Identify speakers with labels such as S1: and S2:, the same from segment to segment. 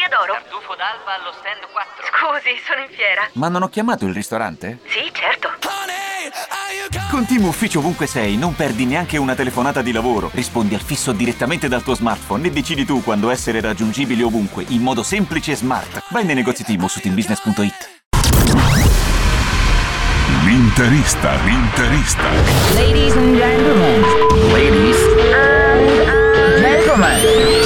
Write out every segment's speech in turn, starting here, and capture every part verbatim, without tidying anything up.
S1: Osteria d'Oro.
S2: Tartufo d'alba allo stand quattro.
S1: Scusi, sono in fiera.
S3: Ma non ho chiamato il ristorante?
S1: Sì, certo.
S3: Con Team Ufficio ovunque sei, non perdi neanche una telefonata di lavoro. Rispondi al fisso direttamente dal tuo smartphone e decidi tu quando essere raggiungibile ovunque, in modo semplice e smart. Vai nei negozi Team o su team business punto it.
S4: L'interista, l'interista.
S5: Ladies and gentlemen.
S3: Ladies
S5: and gentlemen.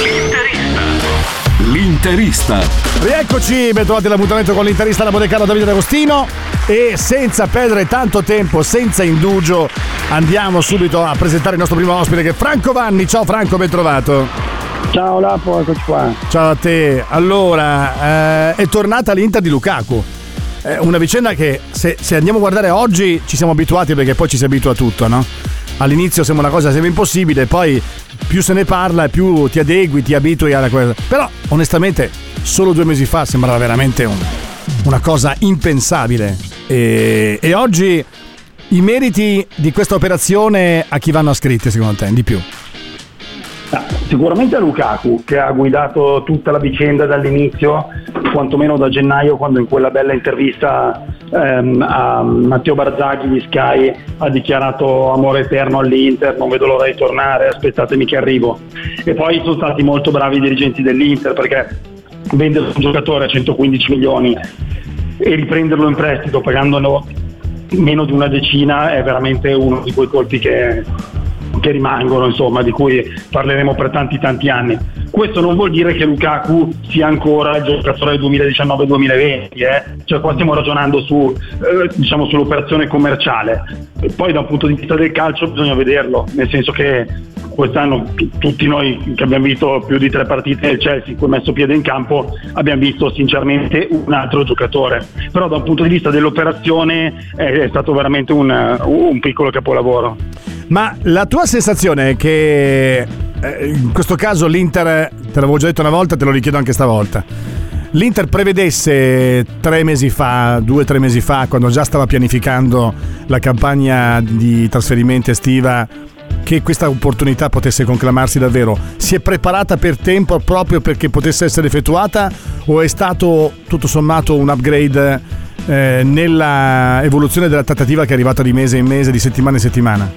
S4: L'interista.
S6: Rieccoci, ben trovati all'appuntamento con l'interista alla Bodecaro Davide D'Agostino. E senza perdere tanto tempo, senza indugio, andiamo subito a presentare il nostro primo ospite, che è Franco Vanni. Ciao Franco, ben trovato.
S7: Ciao Lapo, eccoci qua.
S6: Ciao a te. Allora, eh, è tornata l'Inter di Lukaku. È una vicenda che se, se andiamo a guardare oggi ci siamo abituati, perché poi ci si abitua a tutto, no? All'inizio sembra una cosa sembra impossibile, poi più se ne parla, più ti adegui, ti abitui alla cosa. Però onestamente solo due mesi fa sembrava veramente un, una cosa impensabile. E, e oggi i meriti di questa operazione a chi vanno ascritti secondo te? Di più?
S7: Ah, sicuramente a Lukaku, che ha guidato tutta la vicenda dall'inizio, quantomeno da gennaio, quando in quella bella intervista ehm, a Matteo Barzaghi di Sky ha dichiarato amore eterno all'Inter, non vedo l'ora di tornare, aspettatemi che arrivo. E poi sono stati molto bravi i dirigenti dell'Inter, perché vendere un giocatore a centoquindici milioni e riprenderlo in prestito pagandolo meno di una decina è veramente uno di quei colpi che, che rimangono, insomma, di cui parleremo per tanti tanti anni. Questo non vuol dire che Lukaku sia ancora il giocatore del duemiladiciannove duemilaventi, eh? Cioè qua stiamo ragionando su, eh, diciamo, sull'operazione commerciale. E poi da un punto di vista del calcio bisogna vederlo, nel senso che quest'anno t- tutti noi che abbiamo visto più di tre partite del Chelsea in cui ha messo piede in campo abbiamo visto sinceramente un altro giocatore, però da un punto di vista dell'operazione è, è stato veramente un, un piccolo capolavoro.
S6: Ma la tua sensazione è che eh, in questo caso l'Inter, te l'avevo già detto una volta, te lo richiedo anche stavolta, l'Inter prevedesse tre mesi fa, due o tre mesi fa, quando già stava pianificando la campagna di trasferimenti estiva, che questa opportunità potesse conclamarsi davvero? Si è preparata per tempo proprio perché potesse essere effettuata, o è stato tutto sommato un upgrade eh, nella evoluzione della trattativa che è arrivata di mese in mese, di settimana in settimana?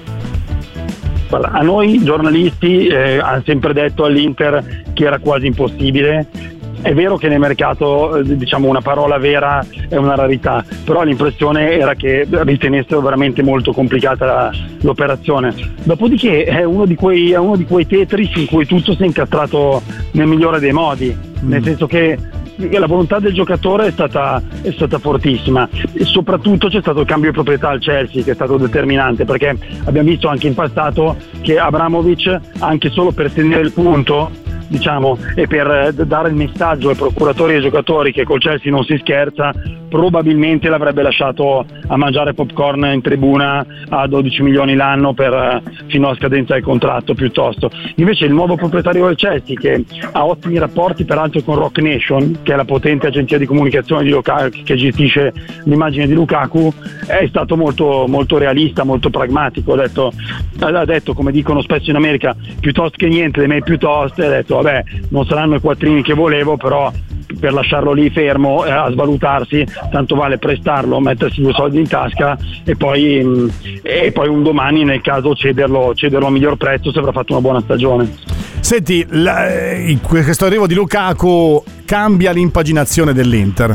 S7: Guarda, a noi giornalisti eh, hanno sempre detto all'Inter che era quasi impossibile. È vero che nel mercato, diciamo, una parola vera è una rarità, però l'impressione era che ritenessero veramente molto complicata la, l'operazione. Dopodiché è uno di quei, è uno di quei Tetris in cui tutto si è incastrato nel migliore dei modi, mm. nel senso che la volontà del giocatore è stata, è stata fortissima, e soprattutto c'è stato il cambio di proprietà al Chelsea, che è stato determinante, perché abbiamo visto anche in passato che Abramovich, anche solo per tenere il punto, diciamo, e per dare il messaggio ai procuratori e ai giocatori che col Chelsea non si scherza, probabilmente l'avrebbe lasciato a mangiare popcorn in tribuna a dodici milioni l'anno per, fino alla scadenza del contratto, piuttosto. Invece il nuovo proprietario del Chelsea, che ha ottimi rapporti peraltro con Rock Nation, che è la potente agenzia di comunicazione di Lukaku, che gestisce l'immagine di Lukaku, è stato molto, molto realista, molto pragmatico. Ha detto, ha detto, come dicono spesso in America, piuttosto che niente, le me piuttosto, ha detto vabbè, non saranno i quattrini che volevo, però per lasciarlo lì fermo eh, a svalutarsi, tanto vale prestarlo, mettersi due soldi in tasca e poi, mh, e poi un domani, nel caso, cederlo, cederlo a miglior prezzo se avrà fatto una buona stagione.
S6: Senti, la, questo arrivo di Lukaku cambia l'impaginazione dell'Inter,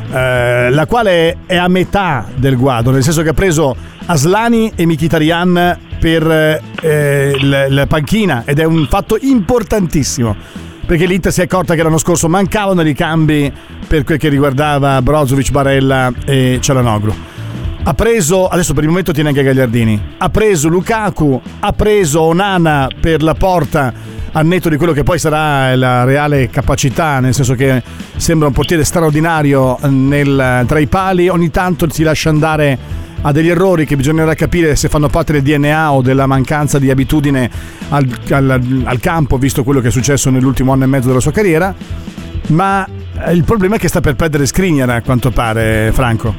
S6: eh, la quale è a metà del guado, nel senso che ha preso Aslani e Mkhitaryan per eh, la, la panchina, ed è un fatto importantissimo, perché l'Inter si è accorta che l'anno scorso mancavano i ricambi per quel che riguardava Brozovic, Barella e Çalhanoğlu. Ha preso, adesso per il momento tiene anche Gagliardini, ha preso Lukaku, ha preso Onana per la porta, a netto di quello che poi sarà la reale capacità, nel senso che sembra un portiere straordinario nel, tra i pali, ogni tanto si lascia andare a degli errori che bisognerà capire se fanno parte del D N A o della mancanza di abitudine al, al, al campo, visto quello che è successo nell'ultimo anno e mezzo della sua carriera. Ma il problema è che sta per perdere Skriniar, a quanto pare, Franco.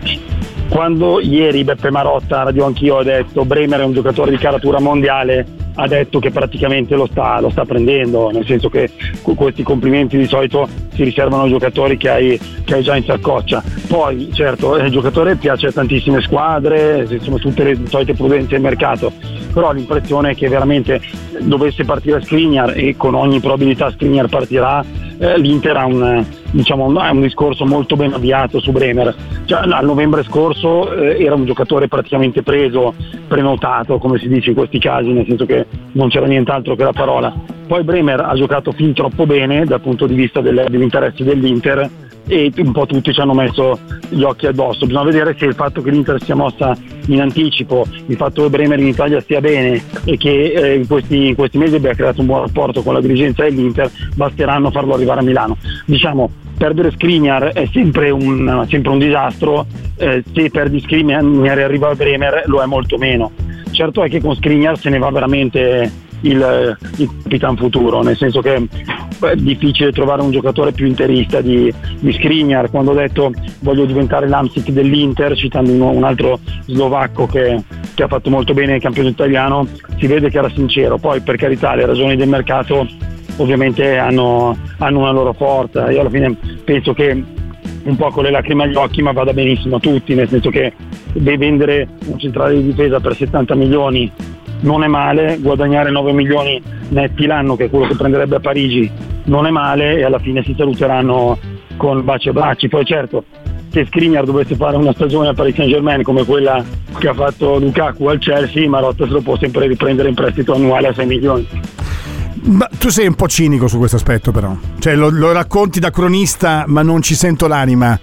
S7: Quando ieri Beppe Marotta, radio anch'io, ha detto Bremer è un giocatore di caratura mondiale, ha detto che praticamente lo sta, lo sta prendendo, nel senso che con questi complimenti di solito si riservano ai giocatori che hai, che hai già in saccoccia. Poi certo il giocatore piace a tantissime squadre, insomma tutte le solite prudenze del mercato, però l'impressione è che veramente dovesse partire Skriniar, e con ogni probabilità Skriniar partirà, eh, l'Inter ha un, diciamo, è un discorso molto ben avviato su Bremer. Cioè, a novembre scorso eh, era un giocatore praticamente preso, prenotato, come si dice in questi casi, nel senso che non c'era nient'altro che la parola. Poi Bremer ha giocato fin troppo bene dal punto di vista del, degli interessi dell'Inter, e un po' tutti ci hanno messo gli occhi addosso. Bisogna vedere se il fatto che l'Inter sia mossa in anticipo, il fatto che Bremer in Italia stia bene e che eh, in, questi, in questi mesi abbia creato un buon rapporto con la dirigenza dell'Inter basteranno a farlo arrivare a Milano. Diciamo, perdere Skriniar è sempre un, sempre un disastro, eh, se perdi Skriniar e arriva a Bremer lo è molto meno. Certo è che con Skriniar se ne va veramente il, il capitan futuro, nel senso che è difficile trovare un giocatore più interista di, di Skriniar. Quando ho detto voglio diventare l'Hamsik dell'Inter, citando un, un altro slovacco che, che ha fatto molto bene il campionato italiano, si vede che era sincero. Poi per carità le ragioni del mercato ovviamente hanno, hanno una loro forza. Io alla fine penso che un po' con le lacrime agli occhi, ma vada benissimo a tutti, nel senso che devi vendere un centrale di difesa per settanta milioni non è male, guadagnare nove milioni netti l'anno, che è quello che prenderebbe a Parigi, non è male, e alla fine si saluteranno con baci e baci. Poi certo, se Skriniar dovesse fare una stagione al Paris Saint-Germain come quella che ha fatto Lukaku al Chelsea, Marotta se lo può sempre riprendere in prestito annuale a sei milioni.
S6: Ma tu sei un po' cinico su questo aspetto, però, cioè lo, lo racconti da cronista, ma non ci sento l'anima.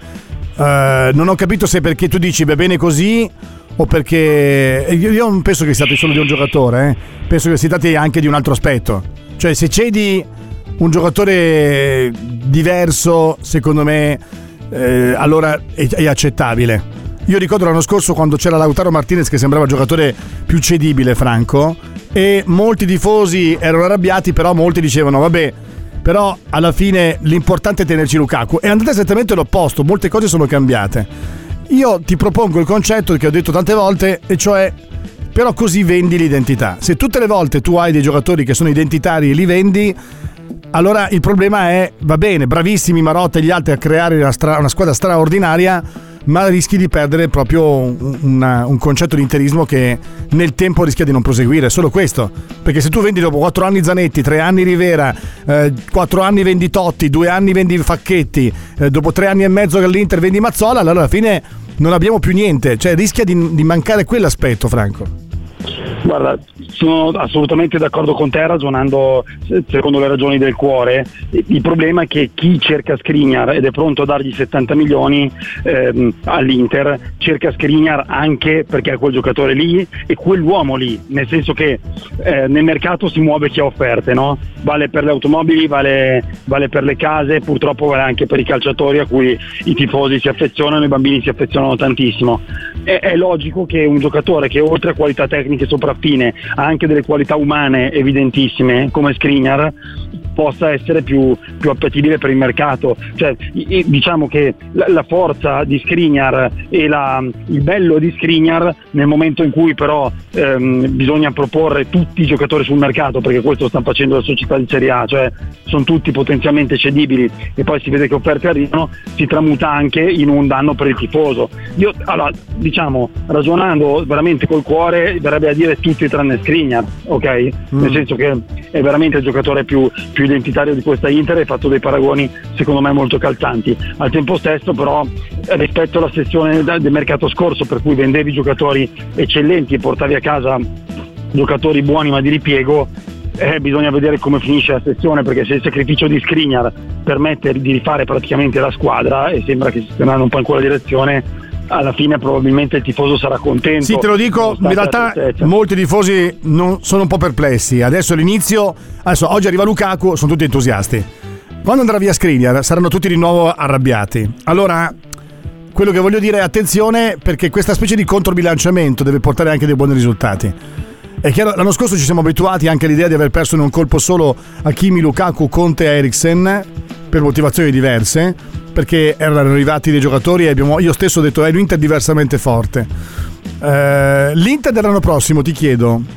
S6: Uh, non ho capito se perché tu dici va bene così o perché io, io non penso che si tratti solo di un giocatore, eh. Penso che si tratti anche di un altro aspetto. Cioè, se cedi un giocatore diverso, secondo me eh, allora è, è accettabile. Io ricordo l'anno scorso quando c'era Lautaro Martinez che sembrava il giocatore più cedibile, Franco, e molti tifosi erano arrabbiati, però molti dicevano vabbè, però alla fine l'importante è tenerci Lukaku. È andato esattamente l'opposto, molte cose sono cambiate. Io ti propongo il concetto che ho detto tante volte, e cioè però così vendi l'identità. Se tutte le volte tu hai dei giocatori che sono identitari e li vendi, allora il problema è, va bene, bravissimi Marotta e gli altri a creare una, stra- una squadra straordinaria, ma rischi di perdere proprio un, una, un concetto di interismo che nel tempo rischia di non proseguire. Solo questo, perché se tu vendi dopo quattro anni Zanetti, tre anni Rivera, eh, quattro anni vendi Totti, due anni vendi Facchetti, eh, dopo tre anni e mezzo che all'Inter vendi Mazzola, allora alla fine non abbiamo più niente, cioè rischia di, di mancare quell'aspetto, Franco.
S7: Guarda, sono assolutamente d'accordo con te, ragionando secondo le ragioni del cuore. Il problema è che chi cerca Skriniar ed è pronto a dargli settanta milioni ehm, all'Inter cerca Skriniar anche perché è quel giocatore lì e quell'uomo lì, nel senso che eh, nel mercato si muove chi ha offerte, no? Vale per le automobili, vale, vale per le case, purtroppo vale anche per i calciatori a cui i tifosi si affezionano, i bambini si affezionano tantissimo. È, è logico che un giocatore che oltre a qualità tecniche sopraffine ha anche delle qualità umane evidentissime come Skriniar possa essere più, più appetibile per il mercato. Cioè, diciamo che la, la forza di Skriniar e la, il bello di Skriniar nel momento in cui però ehm, bisogna proporre tutti i giocatori sul mercato, perché questo stanno facendo le società di Serie A, cioè sono tutti potenzialmente cedibili e poi si vede che offerte arrivano, si tramuta anche in un danno per il tifoso. Io allora, diciamo, ragionando veramente col cuore, verrebbe a dire tutti tranne Skriniar, ok? Mm. Nel senso che è veramente il giocatore più, più identitario di questa Inter, hai fatto dei paragoni secondo me molto calzanti. Al tempo stesso però rispetto alla sessione del mercato scorso per cui vendevi giocatori eccellenti e portavi a casa giocatori buoni ma di ripiego, eh, bisogna vedere come finisce la sessione, perché se il sacrificio di Skriniar permette di rifare praticamente la squadra e sembra che si stia andando un po' in quella direzione, alla fine probabilmente il tifoso sarà contento.
S6: Sì, te lo dico, in realtà molti tifosi non, sono un po' perplessi. Adesso all'inizio, adesso oggi arriva Lukaku, sono tutti entusiasti. Quando andrà via Skriniar saranno tutti di nuovo arrabbiati. Allora, quello che voglio dire è attenzione, perché questa specie di controbilanciamento deve portare anche dei buoni risultati. È chiaro, l'anno scorso ci siamo abituati anche all'idea di aver perso in un colpo solo Hakimi, Lukaku, Conte e Eriksen per motivazioni diverse, perché erano arrivati dei giocatori e abbiamo, io stesso ho detto è l'Inter diversamente forte. Eh, L'Inter dell'anno prossimo, ti chiedo,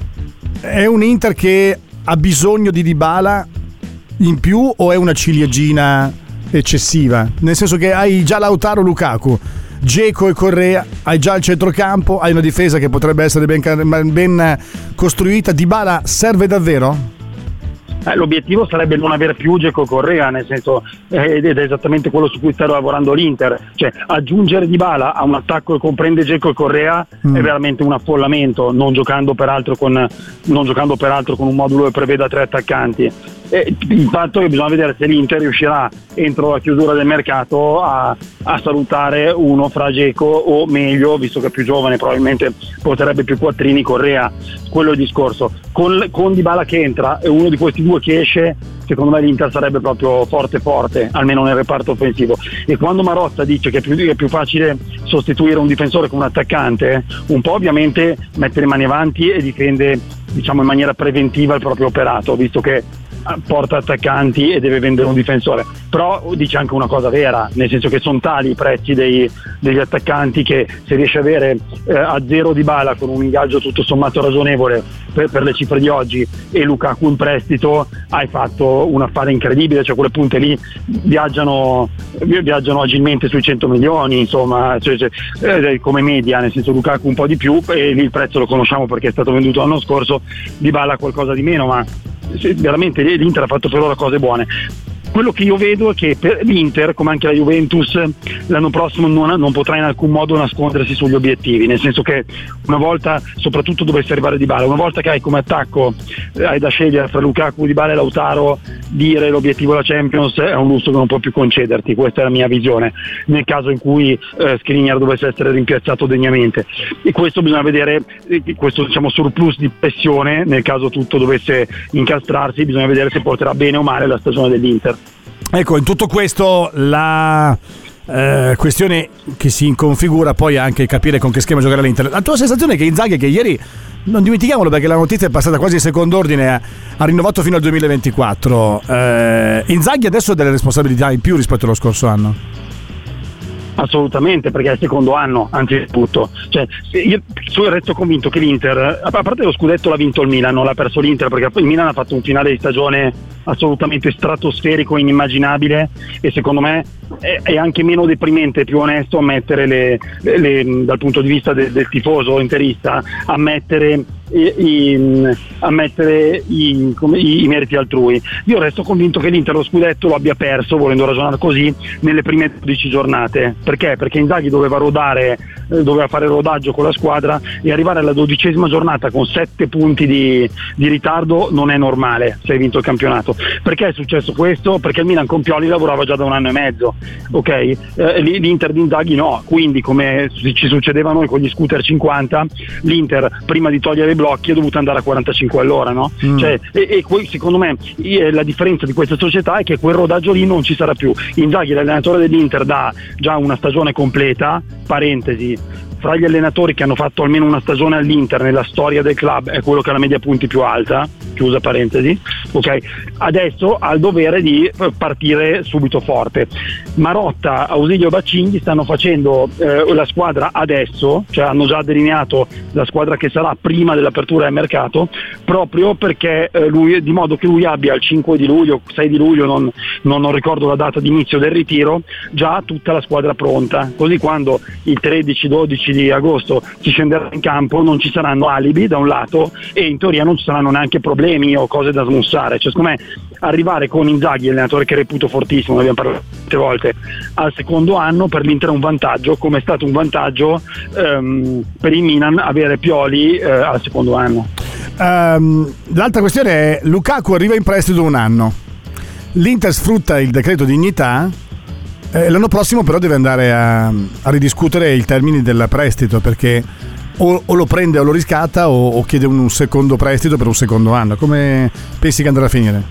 S6: è un Inter che ha bisogno di Dybala in più o è una ciliegina eccessiva? Nel senso che hai già Lautaro, Lukaku, Dzeko e Correa, hai già il centrocampo, hai una difesa che potrebbe essere ben, ben costruita. Dybala serve davvero?
S7: Eh, l'obiettivo sarebbe non avere più Dzeko Correa, nel senso, eh, ed è esattamente quello su cui sta lavorando l'Inter, cioè aggiungere Dybala a un attacco che comprende Dzeko e Correa mm. è veramente un affollamento, non giocando peraltro con, non giocando peraltro con un modulo che preveda tre attaccanti. E il fatto è che bisogna vedere se l'Inter riuscirà entro la chiusura del mercato a, a salutare uno fra Dzeko o meglio, visto che è più giovane probabilmente porterebbe più quattrini, Correa. Quello è il discorso. Con, con Dybala che entra e uno di questi due che esce, secondo me l'Inter sarebbe proprio forte forte, almeno nel reparto offensivo. E quando Marotta dice che è più, è più facile sostituire un difensore con un attaccante, un po' ovviamente mette le mani avanti e difende, diciamo, in maniera preventiva il proprio operato, visto che porta attaccanti e deve vendere un difensore. Però dice anche una cosa vera, nel senso che sono tali i prezzi dei, degli attaccanti che se riesci ad avere eh, a zero Dybala con un ingaggio tutto sommato ragionevole per, per le cifre di oggi e Lukaku in prestito, hai fatto un affare incredibile, cioè quelle punte lì viaggiano viaggiano agilmente sui cento milioni, insomma, cioè, cioè, eh, come media, nel senso Lukaku un po' di più e lì il prezzo lo conosciamo perché è stato venduto l'anno scorso, Dybala qualcosa di meno, ma veramente l'Inter ha fatto per ora cose buone. Quello che io vedo è che per l'Inter, come anche la Juventus, l'anno prossimo non, non potrà in alcun modo nascondersi sugli obiettivi, nel senso che una volta, soprattutto dovesse arrivare Dybala, una volta che hai come attacco eh, hai da scegliere fra Lukaku, Dybala e Lautaro, dire l'obiettivo della Champions è un lusso che non può più concederti, questa è la mia visione, nel caso in cui eh, Skriniar dovesse essere rimpiazzato degnamente. E questo bisogna vedere, eh, questo diciamo surplus di pressione, nel caso tutto dovesse incastrarsi, bisogna vedere se porterà bene o male la stagione dell'Inter.
S6: Ecco, in tutto questo la eh, questione che si inconfigura poi è anche capire con che schema giocare l'Inter. La tua sensazione è che Inzaghi, che ieri, non dimentichiamolo perché la notizia è passata quasi in secondo ordine, ha, ha rinnovato fino al duemilaventiquattro, eh, Inzaghi adesso ha delle responsabilità in più rispetto allo scorso anno?
S7: Assolutamente, perché è il secondo anno anzitutto, cioè, io resto convinto che l'Inter, a parte lo scudetto l'ha vinto il Milan, non l'ha perso l'Inter, perché il Milan ha fatto un finale di stagione assolutamente stratosferico, inimmaginabile, e secondo me è, è anche meno deprimente, più onesto ammettere le, le, le, dal punto di vista de, del tifoso interista, ammettere I, i, ammettere i, come, i, i meriti altrui. Io resto convinto che l'Inter lo scudetto lo abbia perso, volendo ragionare così, nelle prime dodici giornate. Perché? Perché Inzaghi doveva rodare, eh, doveva fare rodaggio con la squadra, e arrivare alla dodicesima giornata con sette punti di, di ritardo non è normale se hai vinto il campionato. Perché è successo questo? Perché il Milan con Pioli lavorava già da un anno e mezzo, ok? Eh, L'Inter di Inzaghi no, quindi come ci succedeva a noi con gli scooter cinquanta, l'Inter prima di togliere i blocchi è dovuto andare a quarantacinque all'ora, no? Mm. Cioè, e, e que, secondo me la differenza di questa società è che quel rodaggio lì non ci sarà più. Inzaghi, l'allenatore dell'Inter, da già una stagione completa, parentesi, fra gli allenatori che hanno fatto almeno una stagione all'Inter nella storia del club è quello che ha la media punti più alta, chiusa parentesi, ok? Adesso ha il dovere di partire subito forte. Marotta, Ausilio e Baccini stanno facendo eh, la squadra adesso, cioè hanno già delineato la squadra che sarà prima dell'apertura del mercato, proprio perché eh, lui, di modo che lui abbia il cinque di luglio, sei di luglio, non, non, non ricordo la data di inizio del ritiro, già tutta la squadra pronta, così quando il tredici dodici di agosto si scenderà in campo non ci saranno alibi da un lato e in teoria non ci saranno neanche problemi o cose da smussare. Cioè, secondo me arrivare con Inzaghi, allenatore che reputo fortissimo, ne abbiamo parlato tante volte, al secondo anno per l'Inter è un vantaggio, come è stato un vantaggio um, per il Milan avere Pioli uh, al secondo anno.
S6: Um, l'altra questione è: Lukaku arriva in prestito un anno, l'Inter sfrutta il decreto dignità. Eh, l'anno prossimo però deve andare a, a ridiscutere i termini del prestito, perché o, o lo prende o lo riscatta o, o chiede un secondo prestito per un secondo anno. Come pensi che andrà a finire?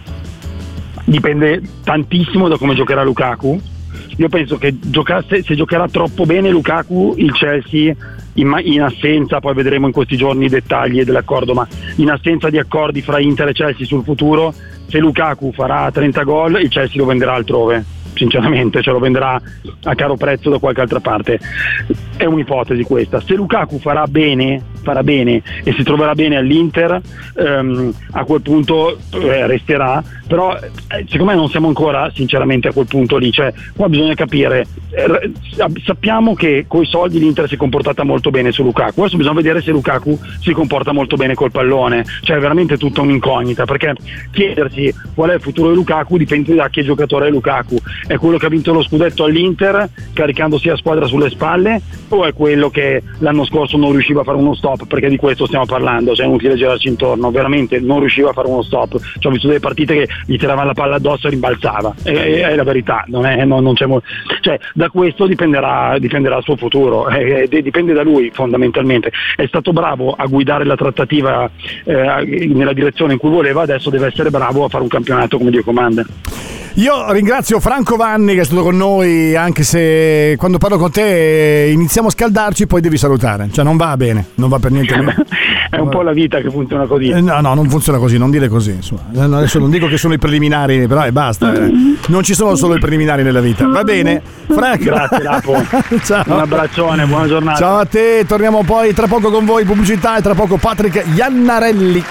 S7: Dipende tantissimo da come giocherà Lukaku. Io penso che gioca- se, se giocherà troppo bene Lukaku, il Chelsea in, in assenza, poi vedremo in questi giorni i dettagli dell'accordo, ma in assenza di accordi fra Inter e Chelsea sul futuro, se Lukaku farà trenta gol il Chelsea lo venderà altrove, sinceramente, ce lo venderà a caro prezzo da qualche altra parte. È un'ipotesi questa. Se Lukaku farà bene, farà bene e si troverà bene all'Inter, ehm, a quel punto eh, resterà, però eh, secondo me non siamo ancora sinceramente a quel punto lì, cioè qua bisogna capire, eh, sappiamo che coi soldi l'Inter si è comportata molto bene su Lukaku, adesso bisogna vedere se Lukaku si comporta molto bene col pallone, cioè è veramente tutta un'incognita, perché chiedersi qual è il futuro di Lukaku dipende da che giocatore è Lukaku. È quello che ha vinto lo scudetto all'Inter caricandosi la squadra sulle spalle, o è quello che l'anno scorso non riusciva a fare uno stop, perché di questo stiamo parlando, cioè è inutile girarci intorno, veramente non riusciva a fare uno stop, cioè, ho visto delle partite che gli tiravano la palla addosso e rimbalzava, è, è, è la verità, non è, non, non c'è mo- cioè da questo dipenderà, dipenderà il suo futuro, è, è, dipende da lui fondamentalmente. È stato bravo a guidare la trattativa eh, nella direzione in cui voleva, adesso deve essere bravo a fare un campionato come Dio comanda.
S6: Io ringrazio Franco Vanni che è stato con noi, anche se quando parlo con te iniziamo a scaldarci, poi devi salutare, cioè non va bene, non va per niente bene.
S7: È un po' la vita che funziona così.
S6: Eh, no, no, non funziona così, non dire così. Insomma. Adesso non dico che sono i preliminari, però e basta. Eh. Non ci sono solo i preliminari nella vita. Va bene, Franco.
S7: Grazie, Lapo.
S6: Ciao.
S7: Un abbraccione, buona giornata.
S6: Ciao a te, torniamo poi tra poco con voi, pubblicità, e tra poco Patrick Iannarelli.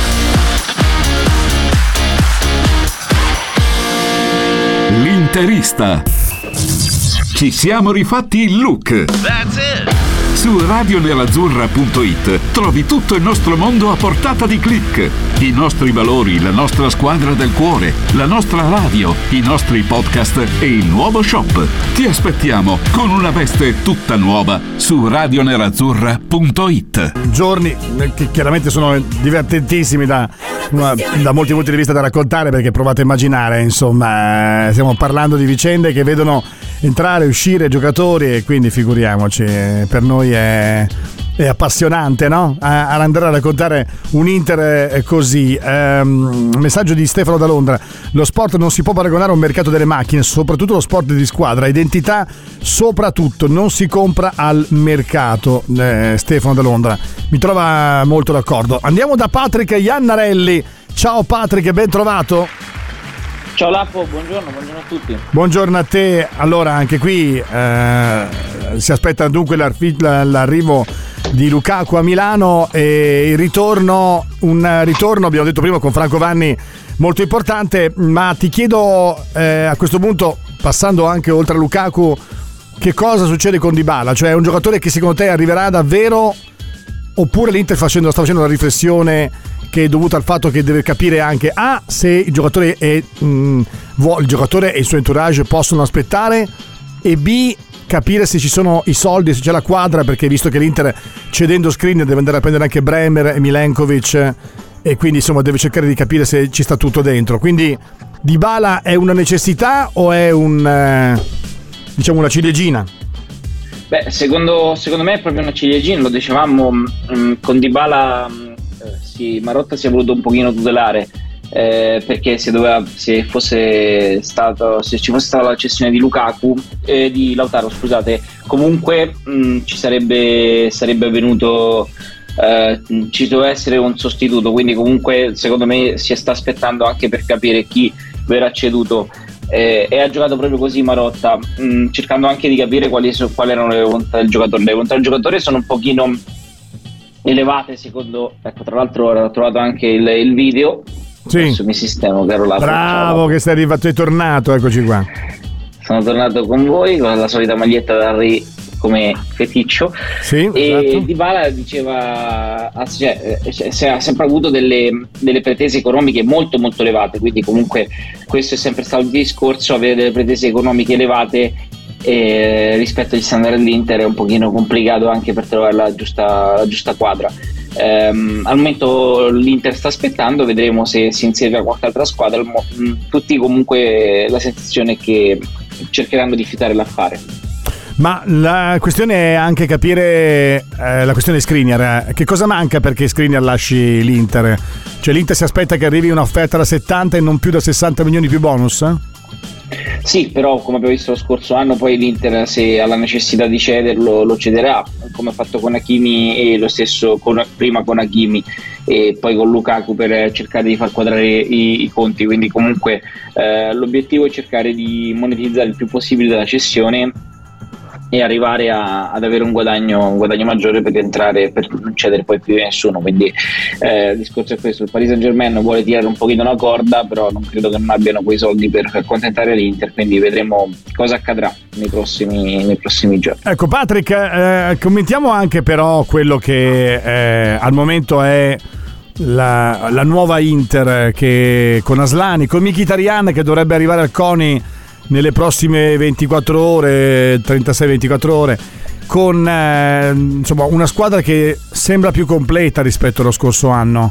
S4: L'interista. Ci siamo rifatti il look.
S2: That's it.
S4: Su radio nerazzurra punto it trovi tutto il nostro mondo a portata di click. I nostri valori, la nostra squadra del cuore, la nostra radio, i nostri podcast e il nuovo shop. Ti aspettiamo con una veste tutta nuova su radio nerazzurra punto it.
S6: Giorni che chiaramente sono divertentissimi da, da molti punti di vista da raccontare, perché provate a immaginare, insomma, stiamo parlando di vicende che vedono entrare e uscire giocatori, e quindi figuriamoci, per noi è, è appassionante, no? A, a andare a raccontare un Inter così. Um, messaggio di Stefano da Londra: lo sport non si può paragonare a un mercato delle macchine, soprattutto lo sport di squadra, identità soprattutto, non si compra al mercato. eh, Stefano da Londra mi trova molto d'accordo. Andiamo da Patrick Iannarelli. Ciao Patrick, ben trovato.
S1: Ciao Lapo, buongiorno, buongiorno a tutti.
S6: Buongiorno a te. Allora, anche qui eh, si aspetta dunque l'arrivo di Lukaku a Milano e il ritorno, un ritorno, abbiamo detto prima con Franco Vanni, molto importante, ma ti chiedo eh, a questo punto, passando anche oltre a Lukaku, che cosa succede con Dybala? Cioè è un giocatore che secondo te arriverà davvero, oppure l'Inter facendo, sta facendo una riflessione che è dovuta al fatto che deve capire anche A, se il giocatore e il giocatore e il suo entourage possono aspettare, e B, capire se ci sono i soldi, se c'è la quadra, perché visto che l'Inter cedendo Skriniar deve andare a prendere anche Bremer e Milenkovic, e quindi insomma deve cercare di capire se ci sta tutto dentro. Quindi Dybala è una necessità o è un eh, diciamo una ciliegina?
S1: Beh, secondo, secondo me è proprio una ciliegina, lo dicevamo mh, con Dybala. Mh, Sì, Marotta si è voluto un pochino tutelare eh, perché se doveva, se fosse stato, se ci fosse stata la cessione di Lukaku eh, di Lautaro, scusate, comunque mh, ci sarebbe sarebbe avvenuto eh, ci doveva essere un sostituto, quindi comunque secondo me si sta aspettando anche per capire chi verrà ceduto. Eh, e ha giocato proprio così Marotta, mh, cercando anche di capire quali, so, quali erano le volontà del giocatore. Le volontà del giocatore sono un pochino elevate secondo, ecco, tra l'altro ho trovato anche il, il video.
S6: Sì.
S1: Adesso mi sistemo, caro Lapo.
S6: Bravo, ciao. Che sei arrivato, è tornato, eccoci qua.
S1: Sono tornato con voi con la solita maglietta da Re come feticcio.
S6: Sì,
S1: e
S6: esatto.
S1: Dybala diceva, cioè, ha sempre avuto delle, delle pretese economiche molto molto elevate, quindi comunque questo è sempre stato il discorso, avere delle pretese economiche elevate e rispetto agli standard dell'Inter è un pochino complicato anche per trovare la giusta, la giusta quadra. Um, al momento l'Inter sta aspettando, vedremo se si inserirà qualche altra squadra. Tutti comunque la sensazione è che cercheranno di fiutare l'affare.
S6: Ma la questione è anche capire eh, la questione Skriniar, che cosa manca perché Skriniar lasci l'Inter? Cioè l'Inter si aspetta che arrivi un'offerta da settanta e non più da sessanta milioni più bonus?
S1: Sì, però come abbiamo visto lo scorso anno, poi l'Inter, se ha la necessità di cederlo, lo cederà, come ha fatto con Hakimi e lo stesso con, prima con Hakimi e poi con Lukaku, per cercare di far quadrare i, i conti. Quindi comunque eh, l'obiettivo è cercare di monetizzare il più possibile della cessione e arrivare a, ad avere un guadagno, un guadagno maggiore per entrare, per non cedere poi più a nessuno. Quindi eh, il discorso è questo: il Paris Saint-Germain vuole tirare un pochino la corda, però non credo che non abbiano quei soldi per accontentare l'Inter, quindi vedremo cosa accadrà nei prossimi, nei prossimi giorni.
S6: Ecco Patrick, eh, commentiamo anche però quello che eh, al momento è la, la nuova Inter, che con Aslani, con Mkhitaryan, che dovrebbe arrivare al CONI nelle prossime ventiquattro ore, trentasei ventiquattro ore, con eh, insomma una squadra che sembra più completa rispetto allo scorso anno,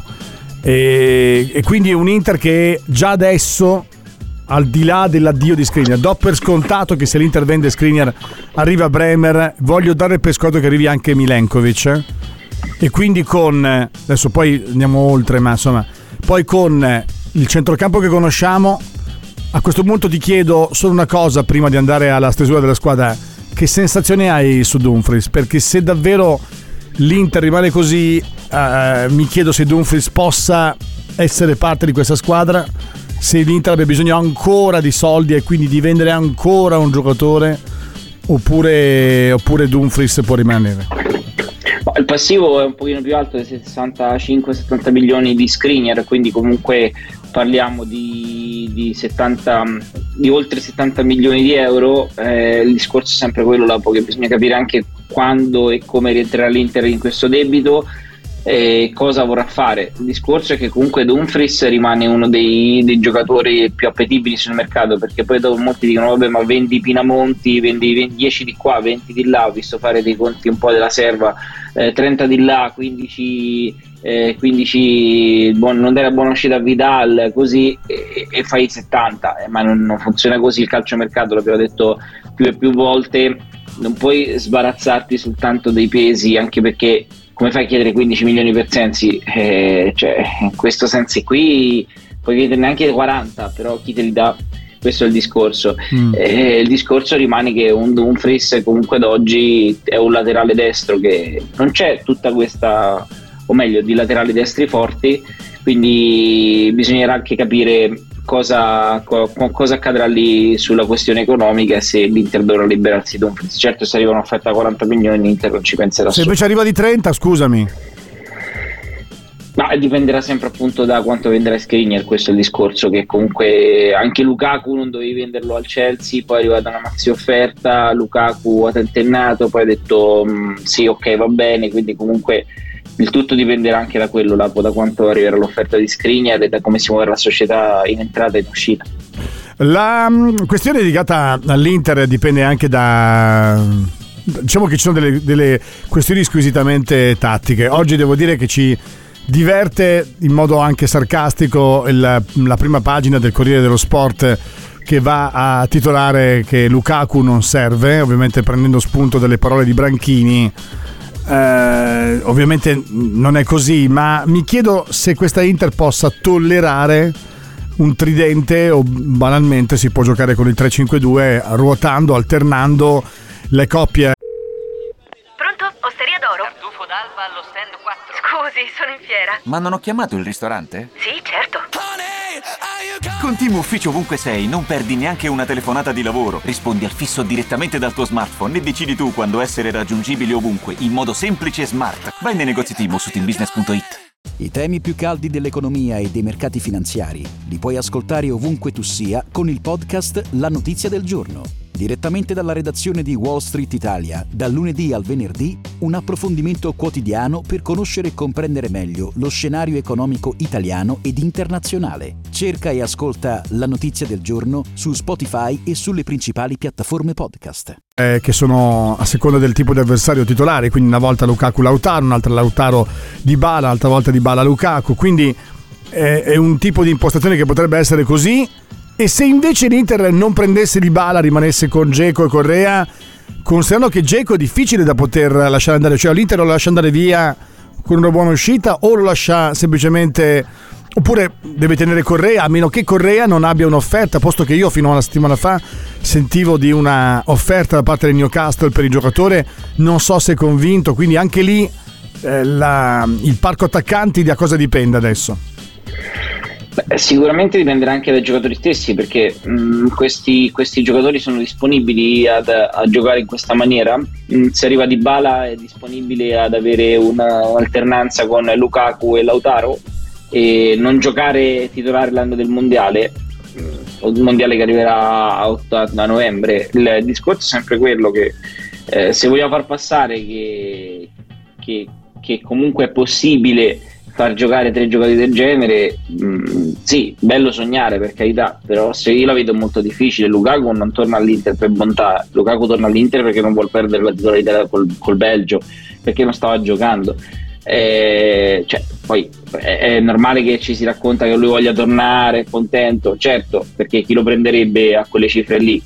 S6: e, e quindi un Inter che già adesso, al di là dell'addio di Skriniar, do per scontato che se l'Inter vende Skriniar arriva Bremer, voglio dare per scontato che arrivi anche Milenkovic, eh? E quindi con, adesso poi andiamo oltre, ma insomma poi con il centrocampo che conosciamo. A questo punto ti chiedo solo una cosa prima di andare alla stesura della squadra: che sensazione hai su Dumfries? Perché se davvero l'Inter rimane così, eh, mi chiedo se Dumfries possa essere parte di questa squadra, se l'Inter abbia bisogno ancora di soldi e quindi di vendere ancora un giocatore, oppure, oppure Dumfries può rimanere.
S1: Il passivo è un pochino più alto dei sessantacinque settanta milioni di Skriniar, quindi comunque parliamo di, di, settanta, di oltre settanta milioni di euro. Eh, il discorso è sempre quello là, che bisogna capire anche quando e come rientrerà l'Inter in questo debito e cosa vorrà fare. Il discorso è che comunque Dumfries rimane uno dei, dei giocatori più appetibili sul mercato, perché poi dopo molti dicono vabbè, ma vendi Pinamonti, vendi dieci di qua, venti di là. Ho visto fare dei conti un po' della serva, eh, trenta di là, quindici, eh, quindici buon, non era buona uscita Vidal, così, e, e fai settanta, eh, ma non, non funziona così il calciomercato, l'abbiamo detto più e più volte. Non puoi sbarazzarti soltanto dei pesi, anche perché come fai a chiedere quindici milioni per Sensi? Eh, cioè, in questo senso qui puoi chiederne anche quaranta, però chi te li dà? Questo è il discorso. Mm. Eh, il discorso rimane che un Dumfries comunque ad oggi è un laterale destro che non c'è tutta questa, o meglio, di laterali destri forti, quindi bisognerà anche capire cosa, co- cosa accadrà lì sulla questione economica, se l'Inter dovrà liberarsi di Dumfries. Certo, se arriva un'offerta a quaranta milioni l'Inter non ci penserà.
S6: Se invece arriva di trenta, scusami.
S1: Ma dipenderà sempre appunto da quanto venderà Skriniar, questo è il discorso, che comunque anche Lukaku non dovevi venderlo al Chelsea, poi è arrivata una maxi offerta, Lukaku ha tentennato, poi ha detto mh, sì, ok, va bene, quindi comunque il tutto dipenderà anche da quello, da, da quanto arriverà l'offerta di Skriniar e da come si muoverà la società in entrata e in uscita.
S6: La mh, questione dedicata all'Inter dipende anche da... diciamo che ci sono delle, delle questioni squisitamente tattiche. Oggi devo dire che ci diverte in modo anche sarcastico il, la prima pagina del Corriere dello Sport, che va a titolare che Lukaku non serve, ovviamente prendendo spunto dalle parole di Branchini. Eh, ovviamente non è così, ma mi chiedo se questa Inter possa tollerare un tridente, o banalmente si può giocare con il tre cinque due, ruotando, alternando le coppie.
S2: Pronto? Osteria d'Oro?
S8: Tartufo d'alba allo stand quattro.
S2: Scusi, sono in fiera.
S3: Ma non ho chiamato il ristorante?
S2: Sì, certo.
S3: Con Team Ufficio ovunque sei non perdi neanche una telefonata di lavoro. Rispondi al fisso direttamente dal tuo smartphone e decidi tu quando essere raggiungibile ovunque, in modo semplice e smart. Vai nei negozi Team o su team business punto it.
S9: I temi più caldi dell'economia e dei mercati finanziari li puoi ascoltare ovunque tu sia con il podcast La Notizia del Giorno. Direttamente dalla redazione di Wall Street Italia, dal lunedì al venerdì, un approfondimento quotidiano per conoscere e comprendere meglio lo scenario economico italiano ed internazionale. Cerca e ascolta La Notizia del Giorno su Spotify e sulle principali piattaforme podcast.
S6: Eh, che sono a seconda del tipo di avversario titolare, quindi una volta Lukaku Lautaro, un'altra Lautaro Dybala, un'altra volta Dybala Lukaku, quindi eh, è un tipo di impostazione che potrebbe essere così. E se invece l'Inter non prendesse Dybala, rimanesse con Dzeko e Correa, considerando che Dzeko è difficile da poter lasciare andare, cioè l'Inter lo lascia andare via con una buona uscita o lo lascia semplicemente oppure deve tenere Correa, a meno che Correa non abbia un'offerta, posto che io fino a una settimana fa sentivo di una offerta da parte del Newcastle per il giocatore, non so se è convinto, quindi anche lì eh, la, il parco attaccanti da cosa dipende adesso?
S1: Beh, sicuramente dipenderà anche dai giocatori stessi, perché mh, questi, questi giocatori sono disponibili ad, a giocare in questa maniera. Mh, se arriva Dybala è disponibile ad avere una, un'alternanza con Lukaku e Lautaro e non giocare titolare l'anno del mondiale, mh, il mondiale che arriverà a, a novembre. Il discorso è sempre quello che eh, se vogliamo far passare che, che, che comunque è possibile far giocare tre giocatori del genere, mh, sì, bello sognare, per carità, però se io la vedo molto difficile. Lukaku non torna all'Inter per bontà, Lukaku torna all'Inter perché non vuol perdere la titolarità col, col Belgio, perché non stava giocando. Eh, cioè, poi è, è normale che ci si racconta che lui voglia tornare, contento, certo, perché chi lo prenderebbe a quelle cifre lì?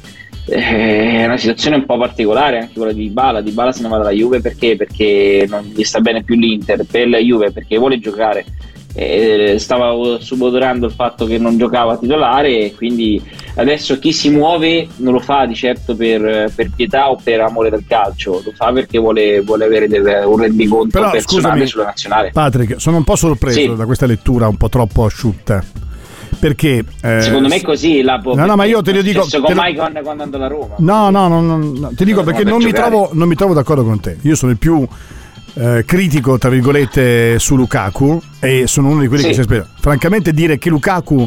S1: È una situazione un po' particolare anche quella di Dybala. Dybala se ne va dalla Juve perché? Perché non gli sta bene più l'Inter, per la Juve perché vuole giocare, eh, stava subodorando il fatto che non giocava titolare, e quindi adesso chi si muove non lo fa di certo per, per pietà o per amore del calcio, lo fa perché vuole, vuole avere del, un rendiconto
S6: però,
S1: personale
S6: scusami,
S1: sulla nazionale.
S6: Patrick, sono un po' sorpreso sì. da questa lettura un po' troppo asciutta, perché eh,
S1: secondo me è così la
S6: no no ma io te lo dico
S1: con
S6: te lo...
S1: Maicon quando andò alla Roma
S6: no no no, no, no ti dico no, perché non mi, trovo, non mi trovo d'accordo con te. Io sono il più eh, critico tra virgolette su Lukaku e sono uno di quelli sì. che si aspetta. Francamente dire che Lukaku